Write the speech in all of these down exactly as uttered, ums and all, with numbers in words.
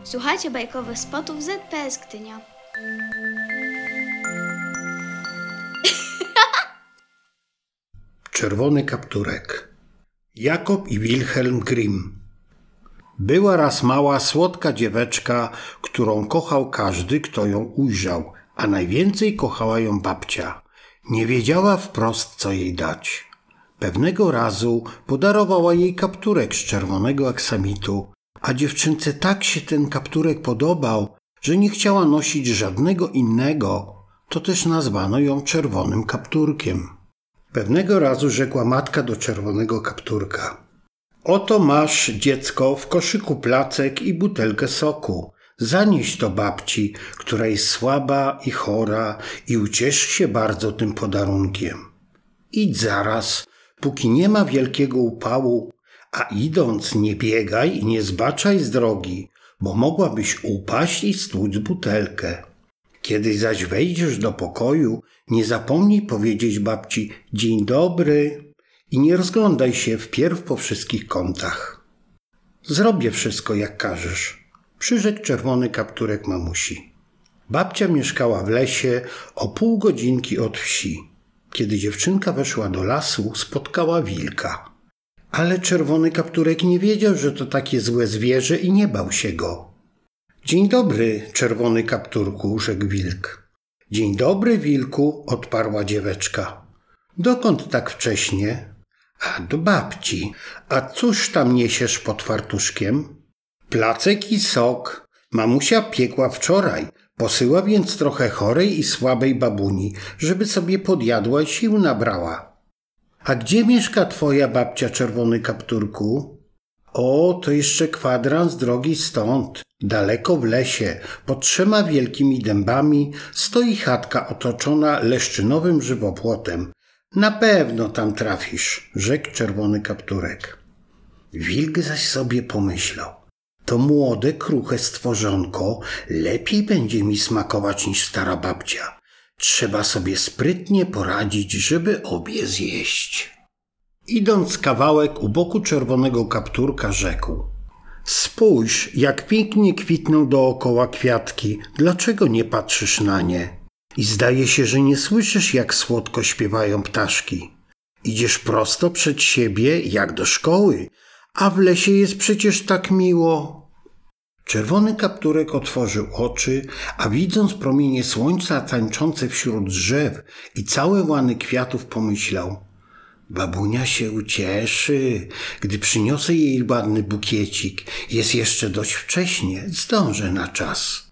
Słuchajcie bajkowych spotów Z P S Gdynia. Czerwony kapturek. Jakob i Wilhelm Grimm. Była raz mała, słodka dzieweczka, którą kochał każdy, kto ją ujrzał, a najwięcej kochała ją babcia. Nie wiedziała wprost, co jej dać. Pewnego razu podarowała jej kapturek z czerwonego aksamitu, a dziewczynce tak się ten kapturek podobał, że nie chciała nosić żadnego innego, to też nazwano ją czerwonym kapturkiem. Pewnego razu rzekła matka do czerwonego kapturka: oto masz, dziecko, w koszyku placek i butelkę soku. Zanieś to babci, która jest słaba i chora i ucieszy się bardzo tym podarunkiem. Idź zaraz, póki nie ma wielkiego upału, a idąc nie biegaj i nie zbaczaj z drogi, bo mogłabyś upaść i stłuc butelkę. Kiedy zaś wejdziesz do pokoju, nie zapomnij powiedzieć babci dzień dobry i nie rozglądaj się wpierw po wszystkich kątach. Zrobię wszystko, jak każesz, przyrzekł czerwony kapturek mamusi. Babcia mieszkała w lesie o pół godzinki od wsi. Kiedy dziewczynka weszła do lasu, spotkała wilka. Ale czerwony kapturek nie wiedział, że to takie złe zwierzę i nie bał się go. Dzień dobry, czerwony kapturku, rzekł wilk. Dzień dobry, wilku, odparła dzieweczka. Dokąd tak wcześnie? A do babci. A cóż tam niesiesz pod fartuszkiem? Placek i sok. Mamusia piekła wczoraj. Posyła więc trochę chorej i słabej babuni, żeby sobie podjadła i sił nabrała. A gdzie mieszka twoja babcia, czerwony kapturku? O, to jeszcze kwadrans drogi stąd. Daleko w lesie, pod trzema wielkimi dębami, stoi chatka otoczona leszczynowym żywopłotem. Na pewno tam trafisz, rzekł czerwony kapturek. Wilk zaś sobie pomyślał: to młode, kruche stworzonko lepiej będzie mi smakować niż stara babcia. Trzeba sobie sprytnie poradzić, żeby obie zjeść. Idąc kawałek u boku czerwonego kapturka, rzekł: spójrz, jak pięknie kwitną dookoła kwiatki. Dlaczego nie patrzysz na nie? I zdaje się, że nie słyszysz, jak słodko śpiewają ptaszki. Idziesz prosto przed siebie, jak do szkoły, a w lesie jest przecież tak miło. Czerwony kapturek otworzył oczy, a widząc promienie słońca tańczące wśród drzew i całe łany kwiatów, pomyślał: babunia się ucieszy, gdy przyniosę jej ładny bukiecik. Jest jeszcze dość wcześnie, zdążę na czas.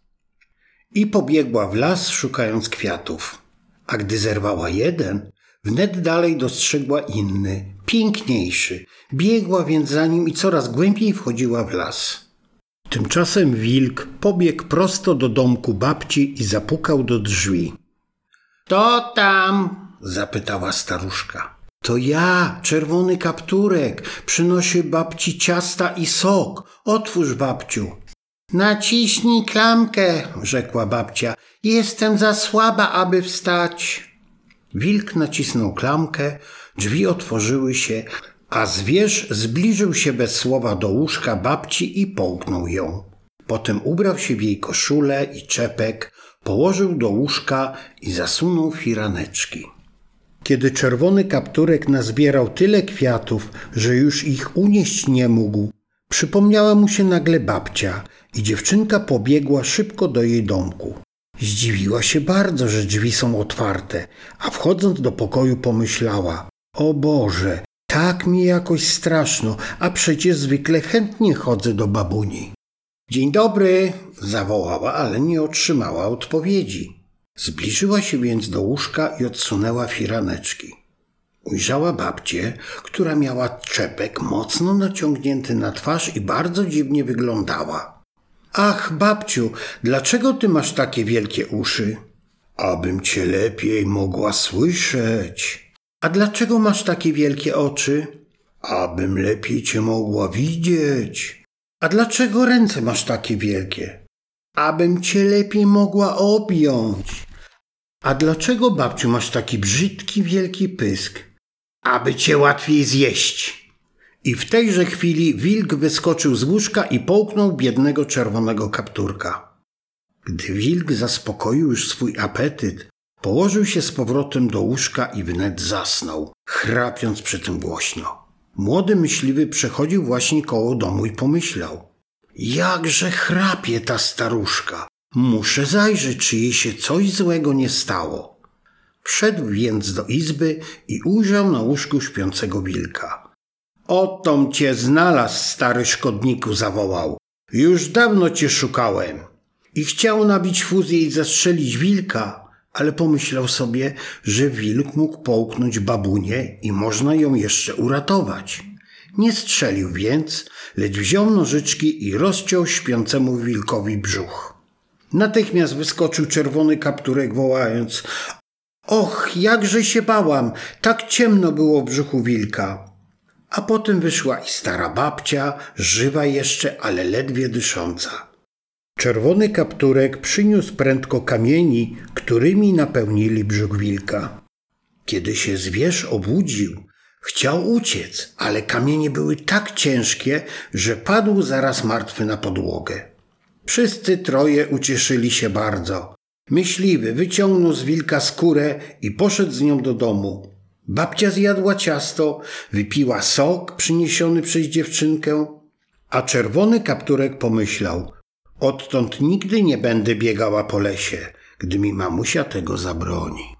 I pobiegła w las, szukając kwiatów. A gdy zerwała jeden, wnet dalej dostrzegła inny, piękniejszy. Biegła więc za nim i coraz głębiej wchodziła w las. Tymczasem wilk pobiegł prosto do domku babci i zapukał do drzwi. Kto tam? Zapytała staruszka. To ja, czerwony kapturek, przynoszę babci ciasta i sok. Otwórz, babciu. Naciśnij klamkę, rzekła babcia. Jestem za słaba, aby wstać. Wilk nacisnął klamkę, drzwi otworzyły się, a zwierz zbliżył się bez słowa do łóżka babci i połknął ją. Potem ubrał się w jej koszulę i czepek, położył do łóżka i zasunął firaneczki. Kiedy czerwony kapturek nazbierał tyle kwiatów, że już ich unieść nie mógł, przypomniała mu się nagle babcia i dziewczynka pobiegła szybko do jej domku. Zdziwiła się bardzo, że drzwi są otwarte, a wchodząc do pokoju pomyślała: o Boże, tak mi jakoś straszno, a przecież zwykle chętnie chodzę do babuni. Dzień dobry, zawołała, ale nie otrzymała odpowiedzi. Zbliżyła się więc do łóżka i odsunęła firaneczki. Ujrzała babcię, która miała czepek mocno naciągnięty na twarz i bardzo dziwnie wyglądała. Ach, babciu, dlaczego ty masz takie wielkie uszy? Abym cię lepiej mogła słyszeć. A dlaczego masz takie wielkie oczy? Abym lepiej cię mogła widzieć. A dlaczego ręce masz takie wielkie? Abym cię lepiej mogła objąć. A dlaczego, babciu, masz taki brzydki, wielki pysk? Aby cię łatwiej zjeść. I w tejże chwili wilk wyskoczył z łóżka i połknął biednego czerwonego kapturka. Gdy wilk zaspokoił już swój apetyt, położył się z powrotem do łóżka i wnet zasnął, chrapiąc przy tym głośno. Młody myśliwy przechodził właśnie koło domu i pomyślał: jakże chrapie ta staruszka, muszę zajrzeć, czy jej się coś złego nie stało. Wszedł więc do izby i ujrzał na łóżku śpiącego wilka. Otom cię znalazł, stary szkodniku, zawołał. Już dawno cię szukałem. I chciał nabić fuzję i zastrzelić wilka, ale pomyślał sobie, że wilk mógł połknąć babunię i można ją jeszcze uratować. Nie strzelił więc, lecz wziął nożyczki i rozciął śpiącemu wilkowi brzuch. Natychmiast wyskoczył czerwony kapturek, wołając: och, jakże się bałam, tak ciemno było w brzuchu wilka. A potem wyszła i stara babcia, żywa jeszcze, ale ledwie dysząca. Czerwony kapturek przyniósł prędko kamieni, którymi napełnili brzuch wilka. Kiedy się zwierz obudził, chciał uciec, ale kamienie były tak ciężkie, że padł zaraz martwy na podłogę. Wszyscy troje ucieszyli się bardzo. Myśliwy wyciągnął z wilka skórę i poszedł z nią do domu. Babcia zjadła ciasto, wypiła sok przyniesiony przez dziewczynkę, a czerwony kapturek pomyślał: odtąd nigdy nie będę biegała po lesie, gdy mi mamusia tego zabroni.